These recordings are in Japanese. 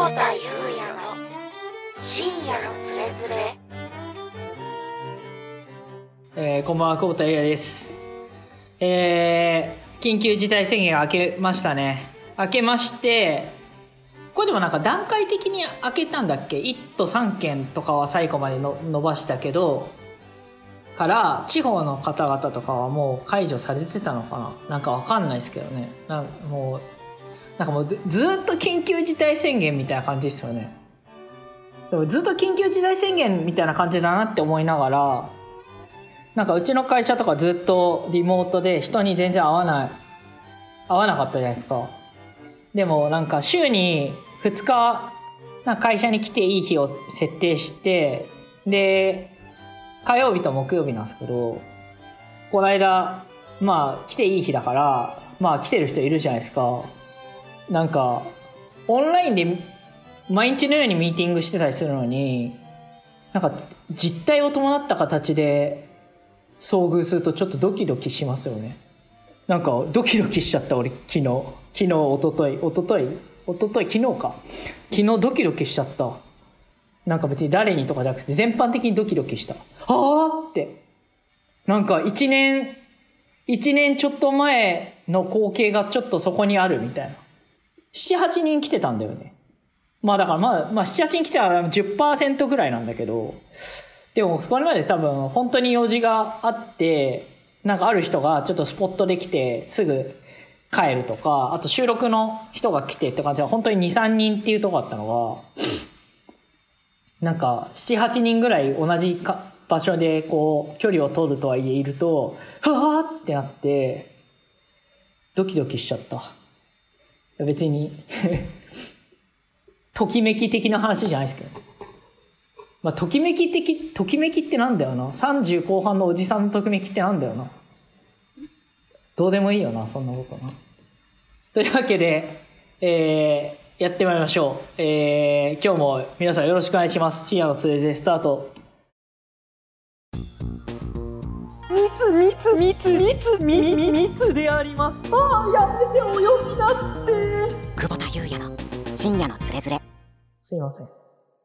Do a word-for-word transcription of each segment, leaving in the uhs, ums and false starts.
保田裕也の深夜のつれづれ。 えー、こんばんは、久保田裕也です。えー、緊急事態宣言が明けましたね。明けまして、これでもなんか段階的に明けたんだっけ？いち都さん県とかは最後までの伸ばしたけど、から地方の方々とかはもう解除されてたのかな、なんかわかんないですけどね。なんもうなんかもう ず, ずっと緊急事態宣言みたいな感じですよね。でもずっと緊急事態宣言みたいな感じだなって思いながら、なんかうちの会社とかずっとリモートで人に全然会わない会わなかったじゃないですか。でもなんか週にふつかなんか会社に来ていい日を設定して、で火曜日と木曜日なんですけど、この間まあ来ていい日だからまあ来てる人いるじゃないですか。なんかオンラインで毎日のようにミーティングしてたりするのに、なんか実態を伴った形で遭遇するとちょっとドキドキしますよね。なんかドキドキしちゃった俺、昨日昨日一昨日一昨日一昨日昨日か昨日ドキドキしちゃった。なんか別に誰にとかじゃなくて全般的にドキドキした。はぁって、なんか一年一年ちょっと前の光景がちょっとそこにあるみたいな。ななはちにん来てたんだよね。まあだからまあ、まあななはちにん来てたら じゅっパーセント ぐらいなんだけど、でもそれまで多分本当に用事があって、なんかある人がちょっとスポットで来てすぐ帰るとか、あと収録の人が来てって感じは本当ににさんにんっていうとこだったのが、なんかななはちにんぐらい同じか場所でこう距離を取るとはいえいると、はぁってなってドキドキしちゃった。別にときめき的な話じゃないですけど、まあ、ときめき的ときめきってなんだよな。さんじゅう後半のおじさんのときめきってなんだよな。どうでもいいよな、そんなことな。というわけで、えー、やってまいりましょう。えー、今日も皆さんよろしくお願いします。深夜のつれづれスタート。密密密密密密であります。ああ、やめてお呼びなすって。 久保田裕也の深夜のつれづれ。 すいません。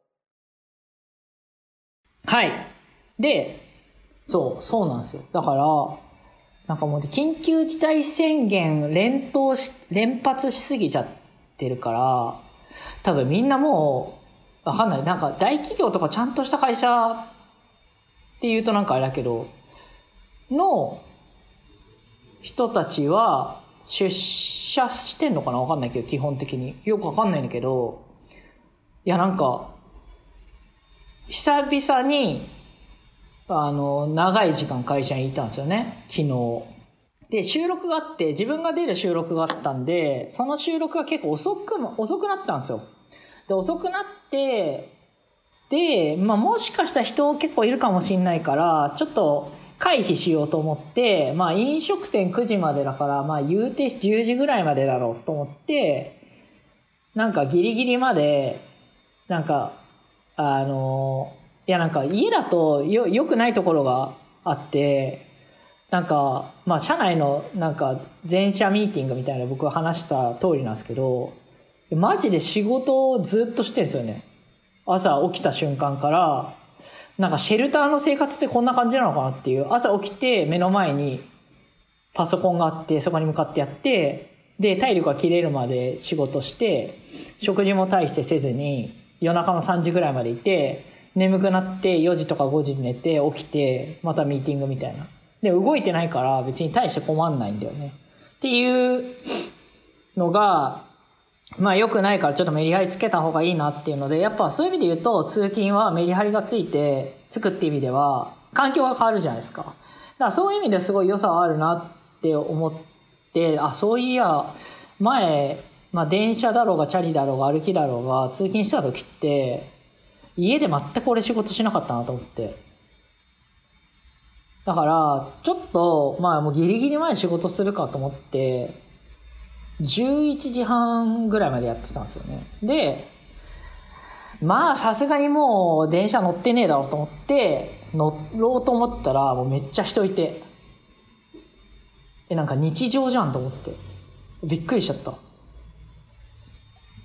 はい。で、そう、そうなんですよ。だから、なんかもう緊急事態宣言連投し、連発しすぎちゃってるから、多分みんなもう、わかんない。なんか大企業とかちゃんとした会社って言うとなんかあれだけど、の人たちは出社してんのかな、わかんないけど、基本的に。よくわかんないんだけど、いやなんか、久々に、あの、長い時間会社にいたんですよね、昨日。で、収録があって、自分が出る収録があったんで、その収録が結構遅くも、遅くなったんですよ。で、遅くなって、で、まあもしかしたら人結構いるかもしれないから、ちょっと回避しようと思って、まあ飲食店くじまでだから、まあ言うてじゅうじぐらいまでだろうと思って、なんかギリギリまで、なんか、あの、いやなんか家だとよ、良くないところがあって、なんか、まあ社内のなんか全社ミーティングみたいな僕が話した通りなんですけど、マジで仕事をずっとしてるんですよね。朝起きた瞬間から、なんかシェルターの生活ってこんな感じなのかなっていう、朝起きて目の前にパソコンがあってそこに向かってやって、で、体力が切れるまで仕事して、食事も大してせずに、夜中のさんじぐらいまでいて、眠くなってよじとかごじに寝て起きてまたミーティングみたいな。で、動いてないから別に大して困んないんだよね。っていうのが、まあ良くないからちょっとメリハリつけた方がいいなっていうので、やっぱそういう意味で言うと通勤はメリハリがついて、つくっていう意味では環境が変わるじゃないですか。だからそういう意味ですごい良さはあるなって思って、あ、そういや、前、まあ電車だろうがチャリだろうが歩きだろうが通勤した時って家で全く俺仕事しなかったなと思って。だからちょっとまあもうギリギリ前仕事するかと思ってじゅういちじはんぐらいまでやってたんですよね。で、まあさすがにもう電車乗ってねえだろうと思って乗ろうと思ったらもうめっちゃ人いて、えなんか日常じゃんと思ってびっくりしちゃった。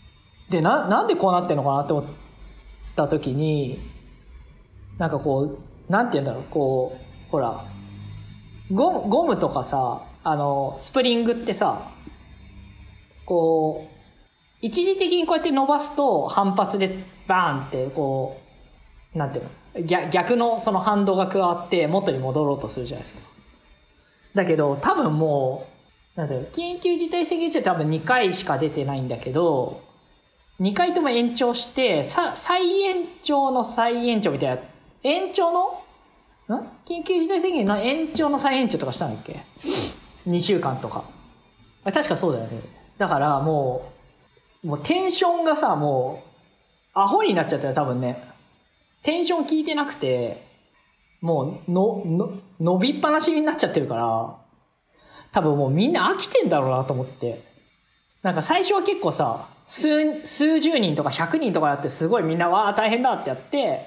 で、な、なんでこうなってんのかなって思った時に、なんかこう、なんて言うんだろう、こう、ほら、ゴム、ゴムとかさ、あの、スプリングってさ、こう、一時的にこうやって伸ばすと反発でバーンってこう、なんていうの、逆、逆のその反動が加わって元に戻ろうとするじゃないですか。だけど多分もう、なんていうの、緊急事態宣言中多分にかいしか出てないんだけど、にかいとも延長して、さ、再延長の再延長みたいな、延長のん緊急事態宣言の延長の再延長とかしたんだっけ ?に 週間とか。あ、確かそうだよね。だからもう、もうテンションがさ、もう、アホになっちゃったよ、多分ね。テンション効いてなくて、もう、の、の、伸びっぱなしになっちゃってるから、多分もうみんな飽きてんだろうなと思って。なんか最初は結構さ、数、数十人とかひゃくにんとかやってすごいみんなわー大変だってやって、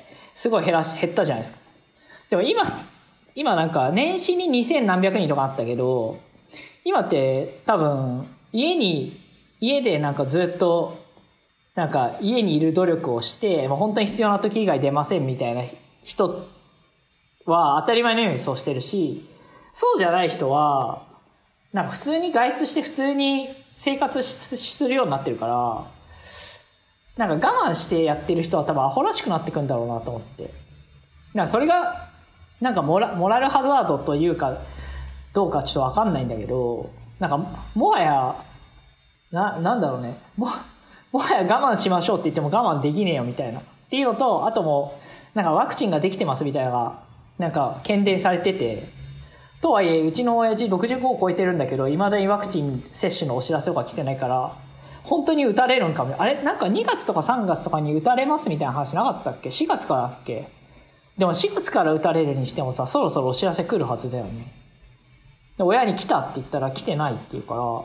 すごい減らし、減ったじゃないですか。でも今、今なんか年始ににせん何百人とかあったけど、今って多分家に、家でなんかずっと、なんか家にいる努力をして、もう本当に必要な時以外出ませんみたいな人は当たり前のようにそうしてるし、そうじゃない人は、なんか普通に外出して普通に生活するようになってるから、なんか我慢してやってる人は多分アホらしくなってくんだろうなと思って。なんかそれが、なんかモラ、モラルハザードというか、どうかちょっとわかんないんだけど、なんかもはや、な、なんだろうね。も、もはや我慢しましょうって言っても我慢できねえよみたいな。っていうのと、あともう、なんかワクチンができてますみたいなのが、なんか喧伝されてて、とはいえ、うちの親父ろくじゅうごを超えてるんだけど、未だにワクチン接種のお知らせとか来てないから、本当に打たれるんかも。あれなんかにがつとかさんがつとかに打たれますみたいな話なかったっけ ?しがつからだっけ。でもしがつから打たれるにしてもさ、そろそろお知らせ来るはずだよね。で親に来たって言ったら来てないって言うから、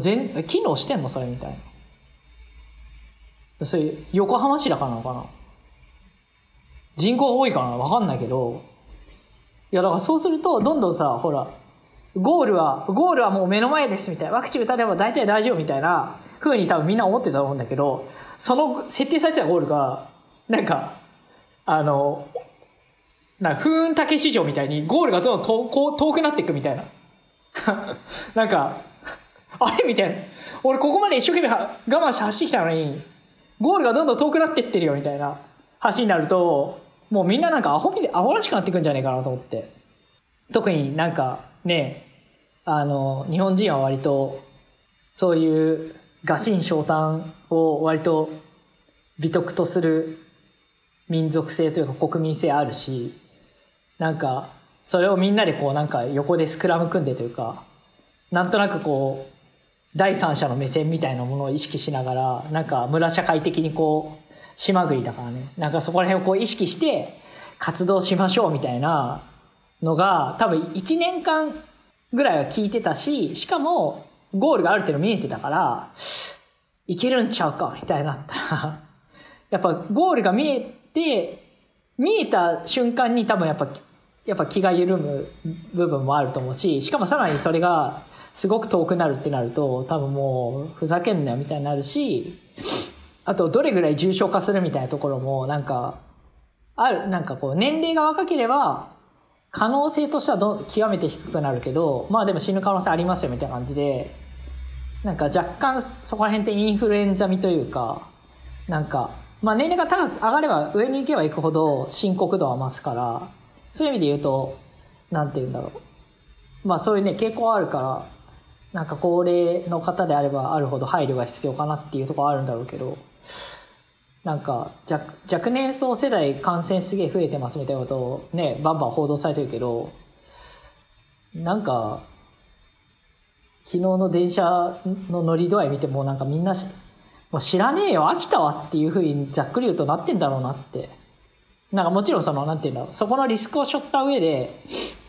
全、機能してんのそれみたいな。それ、横浜市だからなのかな、人口が多いからなわかんないけど、いやだからそうすると、どんどんさ、ほら、ゴールは、ゴールはもう目の前ですみたいな、ワクチン打たれば大体大丈夫みたいな風に多分みんな思ってたと思うんだけど、その設定されてたゴールが、なんか、あの、なんか風雲竹市場みたいにゴールがどんどん遠、遠くなっていくみたいな。なんか、あれみたいな。俺ここまで一生懸命我慢して走ってきたのに、ゴールがどんどん遠くなっていってるよみたいな話になると、もうみんななんかアホみで、アホらしくなってくんじゃねえかなと思って。特になんかね、あの、日本人は割と、そういう臥薪嘗胆を割と美徳とする民族性というか国民性あるし、なんか、それをみんなでこうなんか横でスクラム組んでというか、なんとなくこう、第三者の目線みたいなものを意識しながら、なんか村社会的にこう、島国だからね、なんかそこら辺をこう意識して活動しましょうみたいなのが、多分いちねんかんぐらいは聞いてたし、しかもゴールがある程度見えてたから、いけるんちゃうかみたいになったら、やっぱゴールが見えて、見えた瞬間に多分やっぱ、やっぱ気が緩む部分もあると思うし、しかもさらにそれがすごく遠くなるってなると、多分もうふざけんなよみたいになるし、あとどれぐらい重症化するみたいなところもなんか、ある、なんかこう年齢が若ければ、可能性としてはど極めて低くなるけど、まあでも死ぬ可能性ありますよみたいな感じで、なんか若干そこら辺ってインフルエンザ味というか、なんか、まあ年齢が高く上がれば上に行けば行くほど深刻度は増すから、そういう意味で言うと、なんて言うんだろう。まあそういうね、傾向はあるから、なんか高齢の方であればあるほど配慮が必要かなっていうところはあるんだろうけど、なんか 若, 若年層世代感染すげえ増えてますみたいなことをね、バンバン報道されてるけど、なんか、昨日の電車の乗り度合い見てもなんかみんなもう知らねえよ飽きたわっていう風にざっくり言うとなってんだろうなって。なんかもちろんそのなんていうんだろう、そこのリスクを背負った上で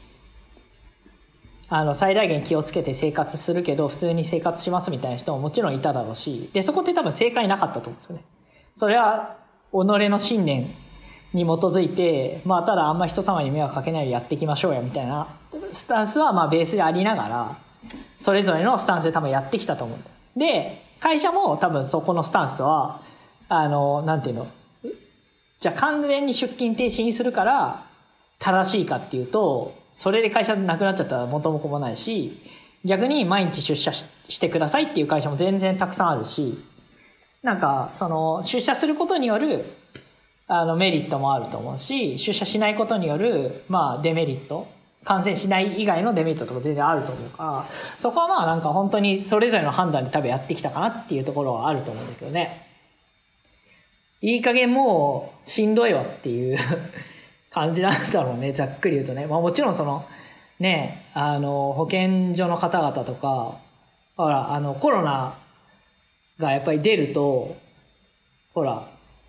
あの最大限気をつけて生活するけど普通に生活しますみたいな人ももちろんいただろうし、でそこって多分正解なかったと思うんですよね。それは己の信念に基づいて、まあただあんま人様に迷惑かけないようにやっていきましょうよみたいなスタンスはまあベースでありながら、それぞれのスタンスで多分やってきたと思うんだよ。で会社も多分そこのスタンスは、あの、なんていうの、じゃあ完全に出勤停止にするから正しいかっていうと、それで会社なくなっちゃったら元も子もないし、逆に毎日出社 し, してくださいっていう会社も全然たくさんあるし、なんかその出社することによるあのメリットもあると思うし、出社しないことによるまあデメリット、感染しない以外のデメリットとか全然あると思うから、そこはまあなんか本当にそれぞれの判断で多分やってきたかなっていうところはあると思うんだけどね。いい加減もうしんどいわっていう感じなんだろうね、ざっくり言うとね。まあもちろんそのね、あの保健所の方々とか、ほらあのコロナがやっぱり出ると、ほら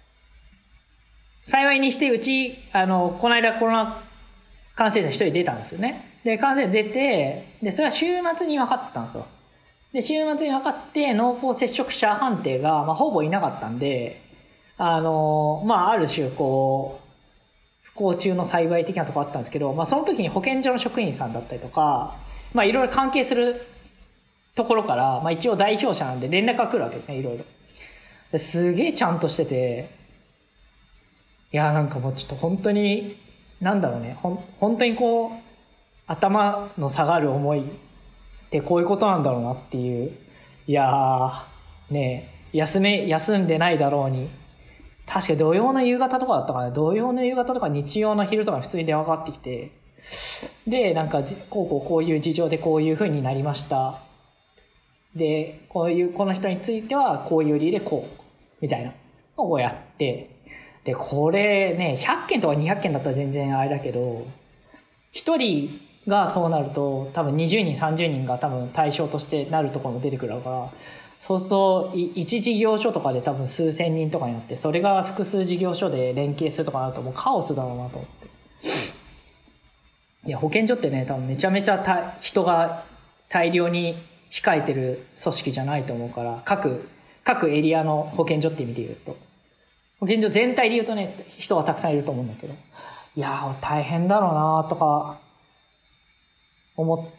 幸いにしてうちあのこの間コロナ感染者一人出たんですよね。で感染出て、でそれは週末に分かったんですよ。で週末に分かって濃厚接触者判定が、まあ、ほぼいなかったんで、あのまあある種こう不幸中の幸い的なところあったんですけど、まあその時に保健所の職員さんだったりとか、まあいろいろ関係するところから、まあ一応代表者なんで連絡が来るわけですね、いろいろ。ですげえちゃんとしてて、いやなんかもうちょっと本当に、なんだろうね、ほん本当にこう、頭の下がる思いってこういうことなんだろうなっていう。いやー、ねえ、休め、休んでないだろうに、確か土曜の夕方とかだったかな、土曜の夕方とか日曜の昼とか普通に電話かかってきて、でなんかこうこうこういう事情でこういう風になりました、でこういうこの人についてはこういう理由でこうみたいなのをやって、でこれねひゃっけんとかにひゃっけんだったら全然あれだけど、ひとりがそうなると多分にじゅうにんさんじゅうにんが多分対象としてなるところも出てくるから、そうするといち事業所とかで多分数千人とかになって、それが複数事業所で連携するとかなるともうカオスだろうなと思って。いや保健所ってね多分めちゃめちゃ人が大量に控えてる組織じゃないと思うから、各各エリアの保健所って意味で言うと、保健所全体で言うとね人がたくさんいると思うんだけど、いや大変だろうなとか思って、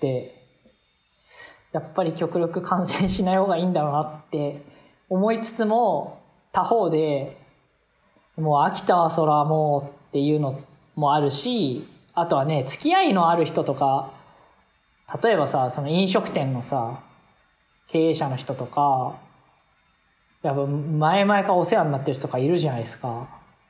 やっぱり極力感染しない方がいいんだろうなって思いつつも、他方でもう飽きたわそらもうっていうのもあるし、あとはね付き合いのある人とか、例えばさその飲食店のさ経営者の人とか、やっぱ前々からお世話になってる人とかいるじゃないですか。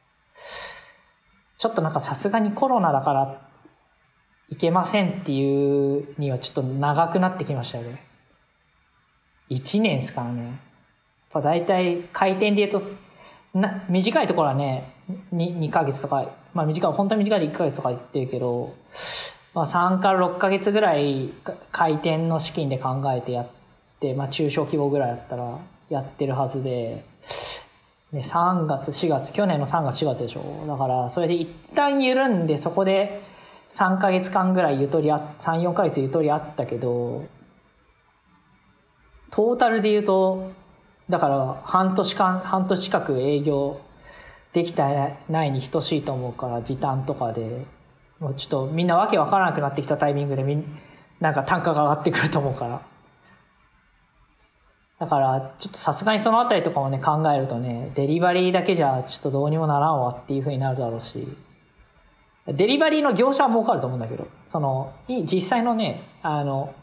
ちょっとなんかさすがにコロナだからいけませんっていうにはちょっと長くなってきましたよね。いちねんですからね。やっぱ大体回転で言うとな短いところはね 2, にかげつとか、まあ短い本当に短いでいっかげつとか言ってるけど、まあ、さんからろっかげつぐらい回転の資金で考えてやって、まあ、中小規模ぐらいだったらやってるはずで、ね、さんがつしがつ、去年のさんがつしがつでしょ。だからそれで一旦緩んで、そこでさんかげつかんぐらいゆとりあさん、よんかげつゆとりあったけど、トータルで言うとだから半年間半年近く営業できてないに等しいと思うから、時短とかでもうちょっとみんなわけわからなくなってきたタイミングでみんなんか単価が上がってくると思うから、だからちょっとさすがにそのあたりとかもね考えるとね、デリバリーだけじゃちょっとどうにもならんわっていう風になるだろうし、デリバリーの業者は儲かると思うんだけど、その実際のねあの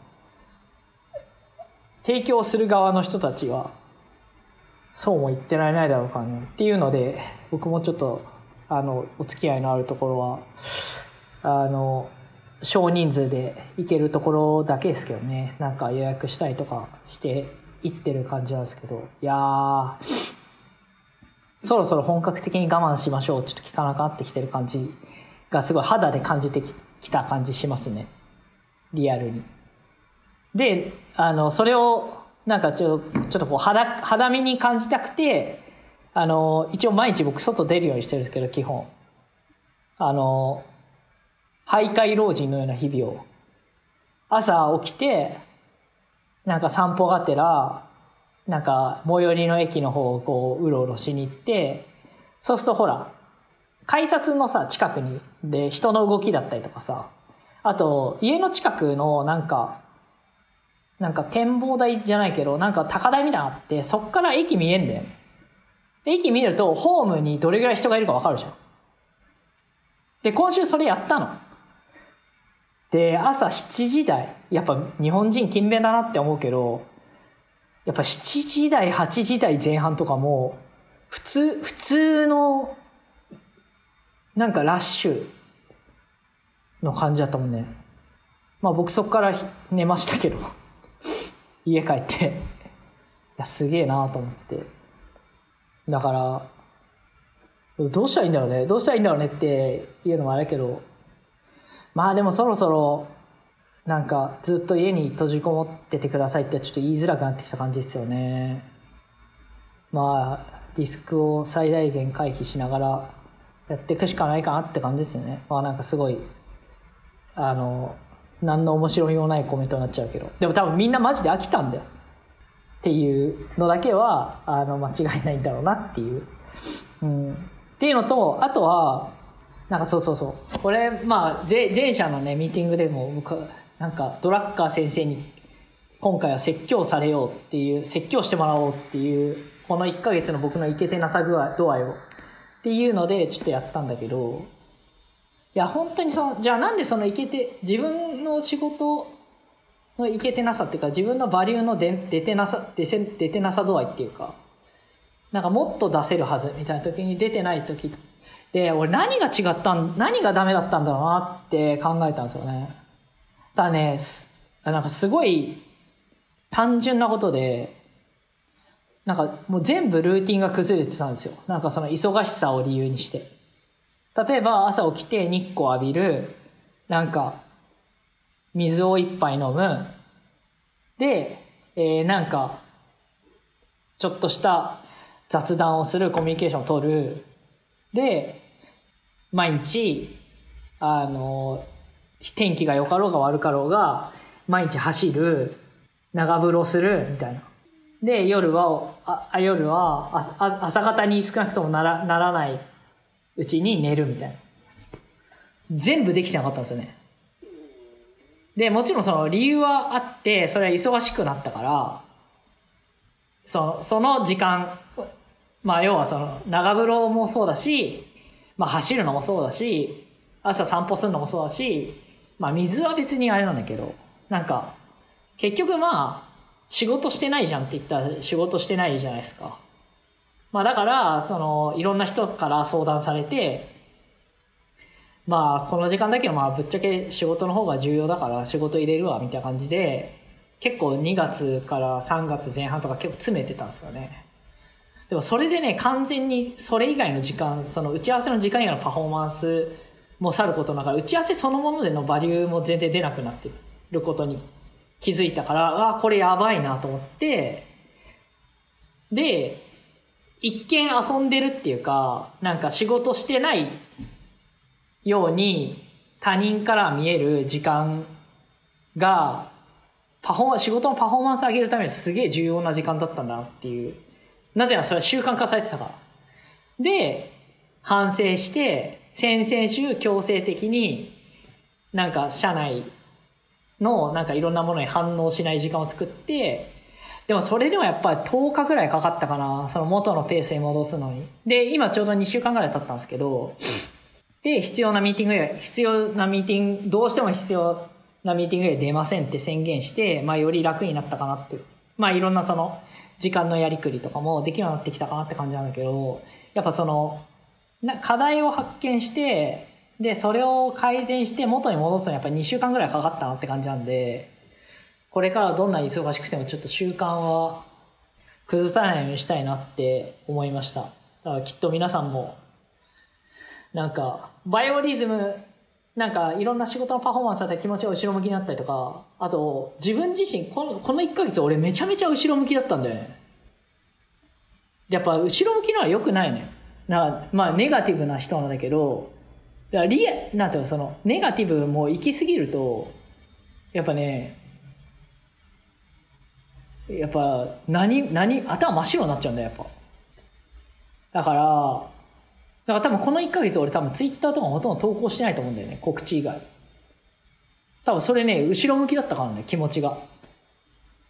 提供する側の人たちはそうも言ってられないだろうからねっていうので、僕もちょっとあのお付き合いのあるところはあの少人数で行けるところだけですけどね、なんか予約したりとかして行ってる感じなんですけど、いやーそろそろ本格的に我慢しましょう、ちょっと聞かなくなってきてる感じがすごい肌で感じてきた感じしますね、リアルに。であのそれをなんかちょちょっとこう 肌, 肌身に感じたくて、あの一応毎日僕外出るようにしてるんですけど、基本あの徘徊老人のような日々を、朝起きてなんか散歩がてらなんか最寄りの駅の方をこううろうろしに行って、そうするとほら改札のさ近くにで人の動きだったりとかさ、あと家の近くのなんかなんか展望台じゃないけど、なんか高台みたいなのあって、そっから駅見えんだよね。駅見ると、ホームにどれぐらい人がいるかわかるじゃん。で、今週それやったの。で、朝しちじ台。やっぱ日本人勤勉だなって思うけど、やっぱしちじ台、はちじ台前半とかも、普通、普通の、なんかラッシュの感じだったもんね。まあ僕そっから寝ましたけど、家帰って、いや、すげえなと思って。だから、どうしたらいいんだろうね。どうしたらいいんだろうねっていうのもあれだけど、まあでもそろそろ、なんかずっと家に閉じこもっててくださいってちょっと言いづらくなってきた感じですよね。まあ、リスクを最大限回避しながらやっていくしかないかなって感じですよね。まあなんかすごい、あの、何の面白みもないコメントになっちゃうけど。でも多分みんなマジで飽きたんだよ。っていうのだけは、あの、間違いないんだろうなっていう。うん。っていうのと、あとは、なんかそうそうそう。これ、まあ、前者のね、ミーティングでも僕、なんかドラッカー先生に今回は説教されようっていう、説教してもらおうっていう、このいっかげつの僕のイケてなさ具合、度合いを。っていうので、ちょっとやったんだけど、いや、本当にその、じゃあなんでそのイケて、自分の仕事のイケてなさっていうか、自分のバリューの出出てなさ、出せ、出てなさ度合いっていうか、なんかもっと出せるはずみたいな時に出てない時で、俺何が違ったん、何がダメだったんだろうなって考えたんですよね。ただね、なんかすごい単純なことで、なんかもう全部ルーティンが崩れてたんですよ。なんかその忙しさを理由にして。例えば朝起きて日光浴びる、なんか水を一杯飲む、で、えー、なんかちょっとした雑談をする、コミュニケーションを取る、で、毎日、あの、天気が良かろうが悪かろうが、毎日走る、長風呂する、みたいな。で、夜は、あ夜はあ朝方に少なくともなら、ならないうちに寝るみたいな。全部できてなかったんですよね。で、もちろんその理由はあって、それは忙しくなったから、その、その時間、まあ要はその長風呂もそうだし、まあ走るのもそうだし、朝散歩するのもそうだし、まあ水は別にあれなんだけど、なんか、結局まあ、仕事してないじゃんって言ったら仕事してないじゃないですか。まあだから、その、いろんな人から相談されて、まあこの時間だけはまあぶっちゃけ仕事の方が重要だから仕事入れるわみたいな感じで、結構にがつからさんがつぜん半とか結構詰めてたんですよね。でもそれでね、完全にそれ以外の時間、その打ち合わせの時間以外のパフォーマンスもさることながら、打ち合わせそのものでのバリューも全然出なくなってることに気づいたから、あ、これやばいなと思って、で、一見遊んでるっていうか、なんか仕事してないように他人から見える時間が、パフォー、仕事のパフォーマンス上げるためにすげえ重要な時間だったんだなっていう。なぜならそれは習慣化されてたから。で、反省して、先々週強制的になんか社内のなんかいろんなものに反応しない時間を作って、でもそれでもやっぱりとおかぐらいかかったかな。その元のペースに戻すのに。で、今ちょうどにしゅうかんぐらい経ったんですけど、で、必要なミーティングへ、必要なミーティング、どうしても必要なミーティングへ出ませんって宣言して、まあより楽になったかなって。まあいろんなその時間のやりくりとかもできるようになってきたかなって感じなんだけど、やっぱその、な課題を発見して、で、それを改善して元に戻すのにやっぱりにしゅうかんぐらいかかったなって感じなんで、これからどんなに忙しくてもちょっと習慣は崩さないようにしたいなって思いました。だからきっと皆さんも、なんか、バイオリズム、なんかいろんな仕事のパフォーマンスだったり気持ちが後ろ向きになったりとか、あと自分自身、この、このいっかげつ俺めちゃめちゃ後ろ向きだったんだよね。やっぱ後ろ向きのは良くないね。なまあネガティブな人なんだけど、だからリア、なんていうかその、ネガティブも行き過ぎると、やっぱね、やっぱ何、何、頭真っ白になっちゃうんだよ、やっぱ。だから、だから多分このいっかげつ俺多分ツイッターとかほとんど投稿してないと思うんだよね、告知以外。多分それね、後ろ向きだったからね、気持ちが。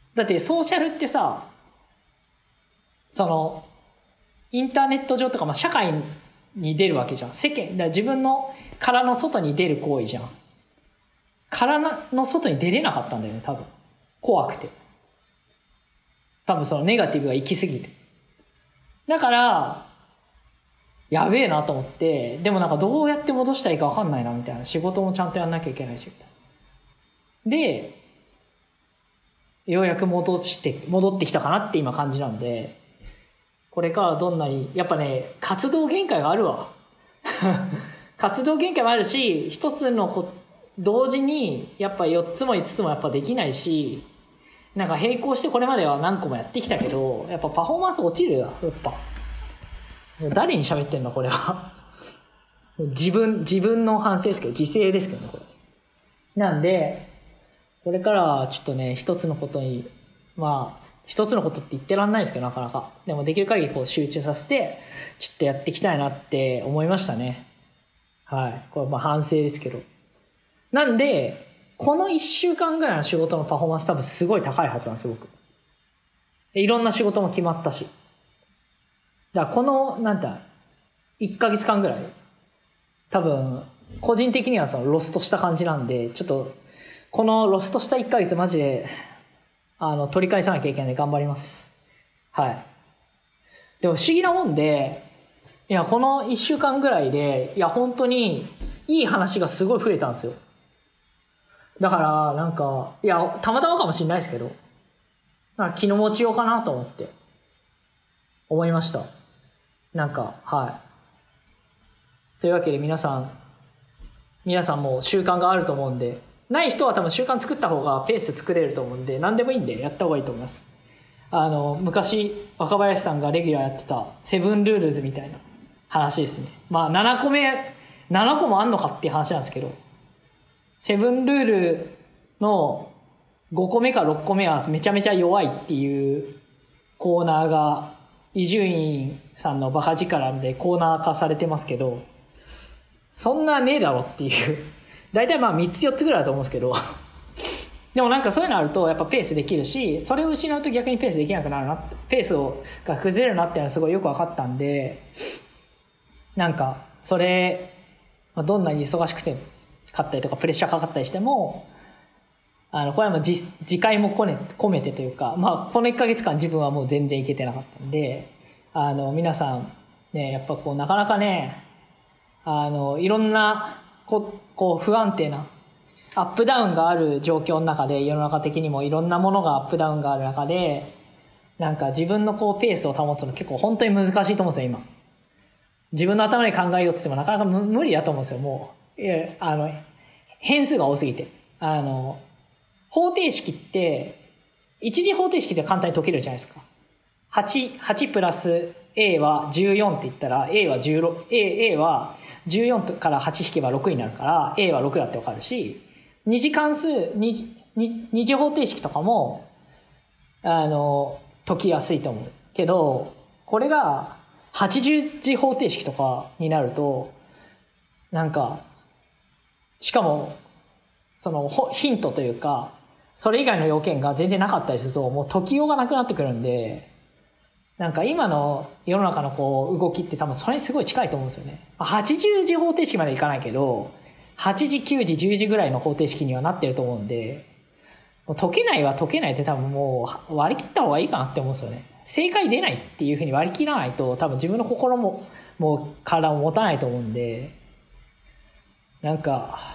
だってソーシャルってさ、そのインターネット上とか、まあ、社会に出るわけじゃん。世間だから自分の殻の外に出る行為じゃん。殻の外に出れなかったんだよね、多分。怖くて。多分そのネガティブが行き過ぎて。だからやべえなと思って、でもなんかどうやって戻したらいいか分かんないなみたいな。仕事もちゃんとやんなきゃいけないしみたいな。でようやく戻して戻ってきたかなって今感じなんで、これからどんなにやっぱね、活動限界があるわ活動限界もあるし、一つのこ同時にやっぱよっつもいつつもやっぱできないし、なんか並行してこれまでは何個もやってきたけど、やっぱパフォーマンス落ちるよ、やっぱ。誰に喋ってんのこれは自分自分の反省ですけど、自省ですけどね、これ。なんでこれからはちょっとね、一つのことに、まあ一つのことって言ってらんないですけど、なかなかでもできる限りこう集中させてちょっとやっていきたいなって思いましたね。はい、これまあ反省ですけど。なんでこのいっしゅうかんぐらいの仕事のパフォーマンス多分すごい高いはずなんですよ、僕。いろんな仕事も決まったし。だからこのなんだいっかげつかんぐらい多分個人的にはそのロストした感じなんで、ちょっとこのロストしたいっかげつマジであの取り返さなきゃいけないんで頑張ります。はい。でも不思議なもんで、いやこのいっしゅうかんぐらいでいや本当にいい話がすごい増えたんですよ。だからなんかいやたまたまかもしれないですけど、なんか気の持ちようかなと思って思いました。なんかはい。というわけで皆さん皆さんも習慣があると思うんで、ない人は多分習慣作った方がペース作れると思うんで、何でもいいんでやった方がいいと思います。あの昔若林さんがレギュラーやってたセブンルールズみたいな話ですね。まあななこめななこもあんのかっていう話なんですけど、セブンルールのごこめかろっこめはめちゃめちゃ弱いっていうコーナーが伊集院さんのバカ力でコーナー化されてますけど、そんなねえだろっていう大体まあみっつよっつぐらいだと思うんですけどでもなんかそういうのあるとやっぱペースできるし、それを失うと逆にペースできなくなるな、ペースをが崩れるなっていうのはすごいよく分かったんで、なんかそれどんなに忙しくてかったりとかプレッシャーかかったりしても、あのこれはもう自自戒も込め込めてというか、まあこのいっかげつかん自分はもう全然いけてなかったんで、あの皆さんね、やっぱこうなかなかね、あのいろんなここう不安定なアップダウンがある状況の中で、世の中的にもいろんなものがアップダウンがある中で、なんか自分のこうペースを保つの結構本当に難しいと思うんですよ今。自分の頭で考えようとしてもなかなか無理だと思うんですよ。もういやあの変数が多すぎて、あの方程式って一次方程式って簡単に解けるじゃないですか。8、8プラス A はじゅうよんって言ったら A はじゅうろく、A, A はじゅうよんからはち引けばろくになるから A はろくだってわかるし、二次関数、二次、二次方程式とかもあの解きやすいと思うけど、これがはちじゅう次方程式とかになると、なんかしかもそのヒントというかそれ以外の要件が全然なかったりすると、もう解きようがなくなってくるんで、なんか今の世の中のこう動きって多分それにすごい近いと思うんですよね。はちじゅう次方程式までいかないけどはちじ、きゅうじ、じゅうじぐらいの方程式にはなってると思うんで、もう解けないは解けないって多分もう割り切った方がいいかなって思うんですよね。正解出ないっていう風に割り切らないと多分自分の心ももう体も持たないと思うんで、なんか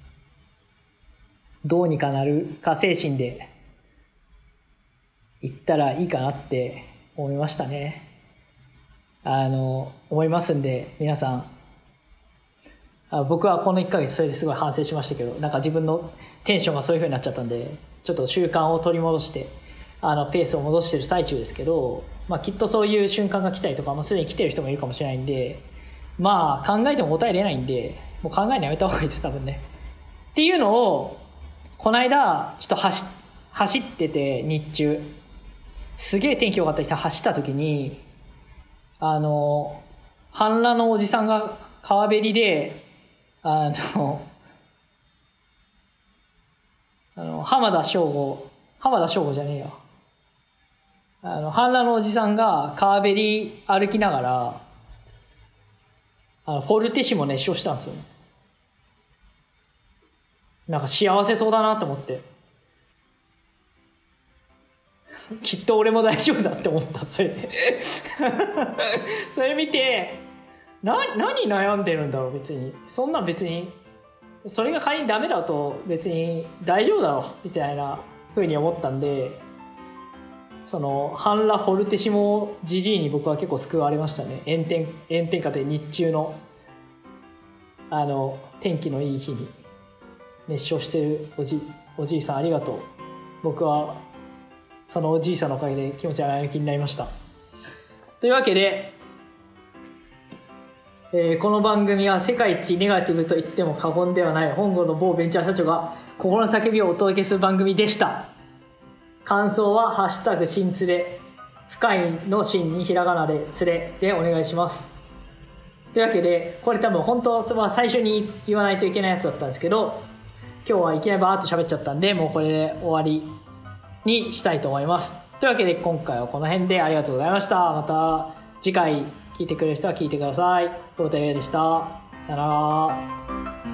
どうにかなるか精神でいったらいいかなって思いましたね。あの思いますんで、皆さん、あ僕はこのいっかげつそれですごい反省しましたけど、なんか自分のテンションがそういう風になっちゃったんで、ちょっと習慣を取り戻してあのペースを戻してる最中ですけど、まあ、きっとそういう瞬間が来たりとか、まあ、すでに来てる人もいるかもしれないんで、まあ考えても答えれないんで、もう考えるのやめた方がいいです多分ね。っていうのをこの間ちょっと走走ってて、日中すげえ天気良かった日走った時に、あの半裸のおじさんが川べりであのあの浜田省吾浜田省吾じゃねえよあの、半裸のおじさんが川べり歩きながら、あの、フォルティシモ熱唱したんですよね。なんか幸せそうだなと思って。きっと俺も大丈夫だって思った、それで。それ見て、な、何悩んでるんだろう、別に。そんなん別に、それが仮にダメだと別に大丈夫だろう、みたいな風に思ったんで、その、半裸フォルティシモジジイに僕は結構救われましたね。炎天、炎天下で日中の、あの、天気のいい日に熱唱してるおじ、おじいさんありがとう。僕は、そのおじいさんのおかげで気持ちが前向きになりました。というわけで、えー、この番組は世界一ネガティブと言っても過言ではない本郷の某ベンチャー社長が心の叫びをお届けする番組でした。感想はハッシュタグ新つれ、深いの新にひらがなでつれでお願いします。というわけで、これ多分本当は最初に言わないといけないやつだったんですけど、今日はいきなりバーッと喋っちゃったんで、もうこれで終わりにしたいと思います。というわけで今回はこの辺でありがとうございました。また次回聞いてくれる人は聞いてください。久保田裕也でした。さよなら。